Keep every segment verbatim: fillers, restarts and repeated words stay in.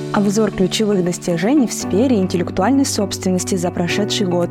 Обзор ключевых достижений в сфере интеллектуальной собственности за прошедший год.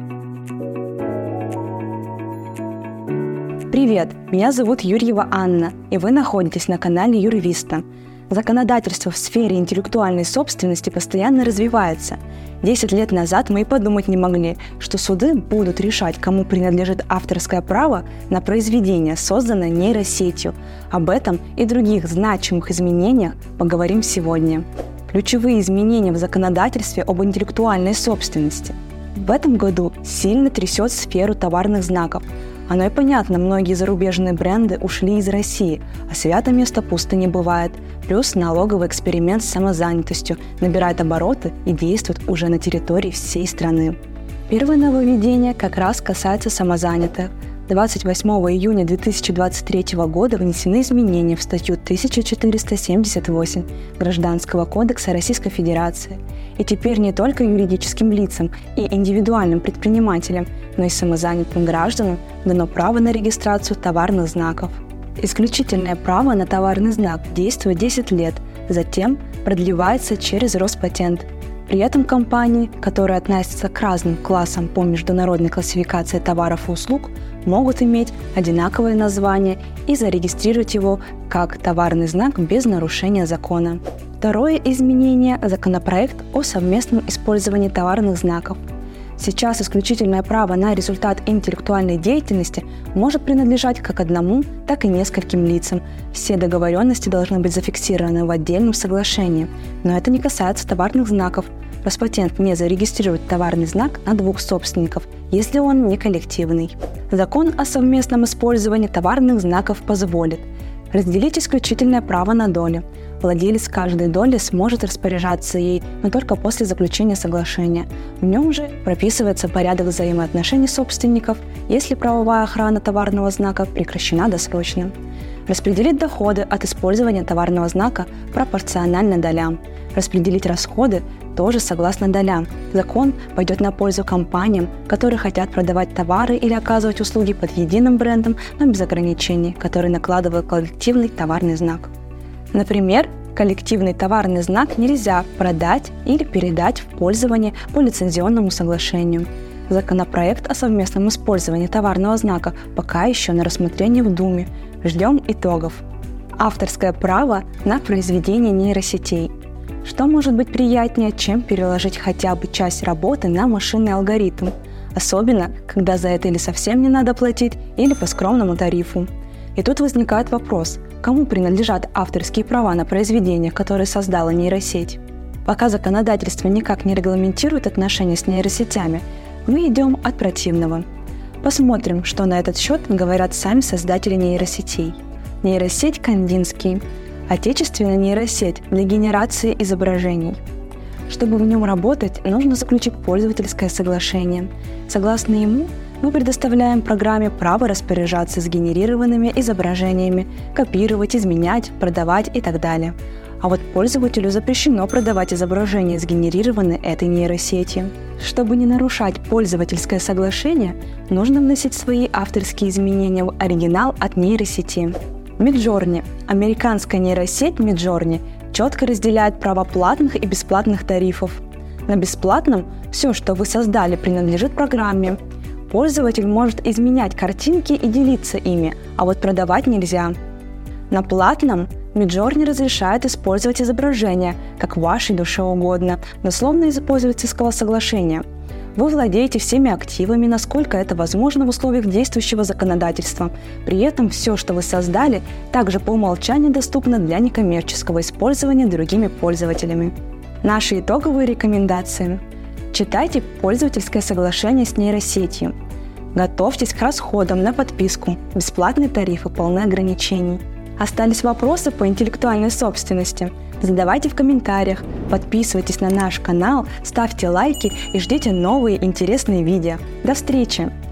Привет, меня зовут Юрьева Анна, и вы находитесь на канале Юрвиста. Законодательство в сфере интеллектуальной собственности постоянно развивается. Десять лет назад мы и подумать не могли, что суды будут решать, кому принадлежит авторское право на произведение, созданное нейросетью. Об этом и других значимых изменениях поговорим сегодня. Ключевые изменения в законодательстве об интеллектуальной собственности. В этом году сильно трясет сферу товарных знаков. Оно и понятно, многие зарубежные бренды ушли из России, а свято место пусто не бывает. Плюс налоговый эксперимент с самозанятостью набирает обороты и действует уже на территории всей страны. Первое нововведение как раз касается самозанятых. двадцать восьмого июня две тысячи двадцать третьего года внесены изменения в статью тысяча четыреста семьдесят восемь Гражданского кодекса Российской Федерации. И теперь не только юридическим лицам и индивидуальным предпринимателям, но и самозанятым гражданам дано право на регистрацию товарных знаков. Исключительное право на товарный знак действует десять лет, затем продлевается через Роспатент. При этом компании, которые относятся к разным классам по международной классификации товаров и услуг, могут иметь одинаковое название и зарегистрировать его как товарный знак без нарушения закона. Второе изменение – законопроект о совместном использовании товарных знаков. Сейчас исключительное право на результат интеллектуальной деятельности может принадлежать как одному, так и нескольким лицам. Все договоренности должны быть зафиксированы в отдельном соглашении. Но это не касается товарных знаков. Роспатент не зарегистрирует товарный знак на двух собственников, если он не коллективный. Закон о совместном использовании товарных знаков позволит разделить исключительное право на доли. Владелец каждой доли сможет распоряжаться ей, но только после заключения соглашения. В нем же прописывается порядок взаимоотношений собственников, если правовая охрана товарного знака прекращена досрочно. Распределить доходы от использования товарного знака пропорционально долям. Распределить расходы тоже согласно долям. Закон пойдет на пользу компаниям, которые хотят продавать товары или оказывать услуги под единым брендом, но без ограничений, которые накладывают коллективный товарный знак. Например, коллективный товарный знак нельзя продать или передать в пользование по лицензионному соглашению. Законопроект о совместном использовании товарного знака пока еще на рассмотрении в Думе. Ждем итогов. Авторское право на произведение нейросетей. Что может быть приятнее, чем переложить хотя бы часть работы на машинный алгоритм? Особенно, когда за это или совсем не надо платить, или по скромному тарифу. И тут возникает вопрос, кому принадлежат авторские права на произведения, которые создала нейросеть? Пока законодательство никак не регламентирует отношения с нейросетями, мы идем от противного. Посмотрим, что на этот счет говорят сами создатели нейросетей. Нейросеть Кандинский. Отечественная нейросеть для генерации изображений. Чтобы в нем работать, нужно заключить пользовательское соглашение. Согласно ему, мы предоставляем программе право распоряжаться сгенерированными изображениями, копировать, изменять, продавать и так далее. А вот пользователю запрещено продавать изображения, сгенерированные этой нейросетью. Чтобы не нарушать пользовательское соглашение, нужно вносить свои авторские изменения в оригинал от нейросети. Midjourney. Американская нейросеть Midjourney четко разделяет права платных и бесплатных тарифов. На бесплатном все, что вы создали, принадлежит программе. Пользователь может изменять картинки и делиться ими, а вот продавать нельзя. На платном Midjourney разрешает использовать изображения, как вашей душе угодно, дословно из пользовательского соглашения. Вы владеете всеми активами, насколько это возможно в условиях действующего законодательства. При этом все, что вы создали, также по умолчанию доступно для некоммерческого использования другими пользователями. Наши итоговые рекомендации. Читайте пользовательское соглашение с нейросетью. Готовьтесь к расходам на подписку. Бесплатные тарифы полны ограничений. Остались вопросы по интеллектуальной собственности? Задавайте в комментариях, подписывайтесь на наш канал, ставьте лайки и ждите новые интересные видео. До встречи!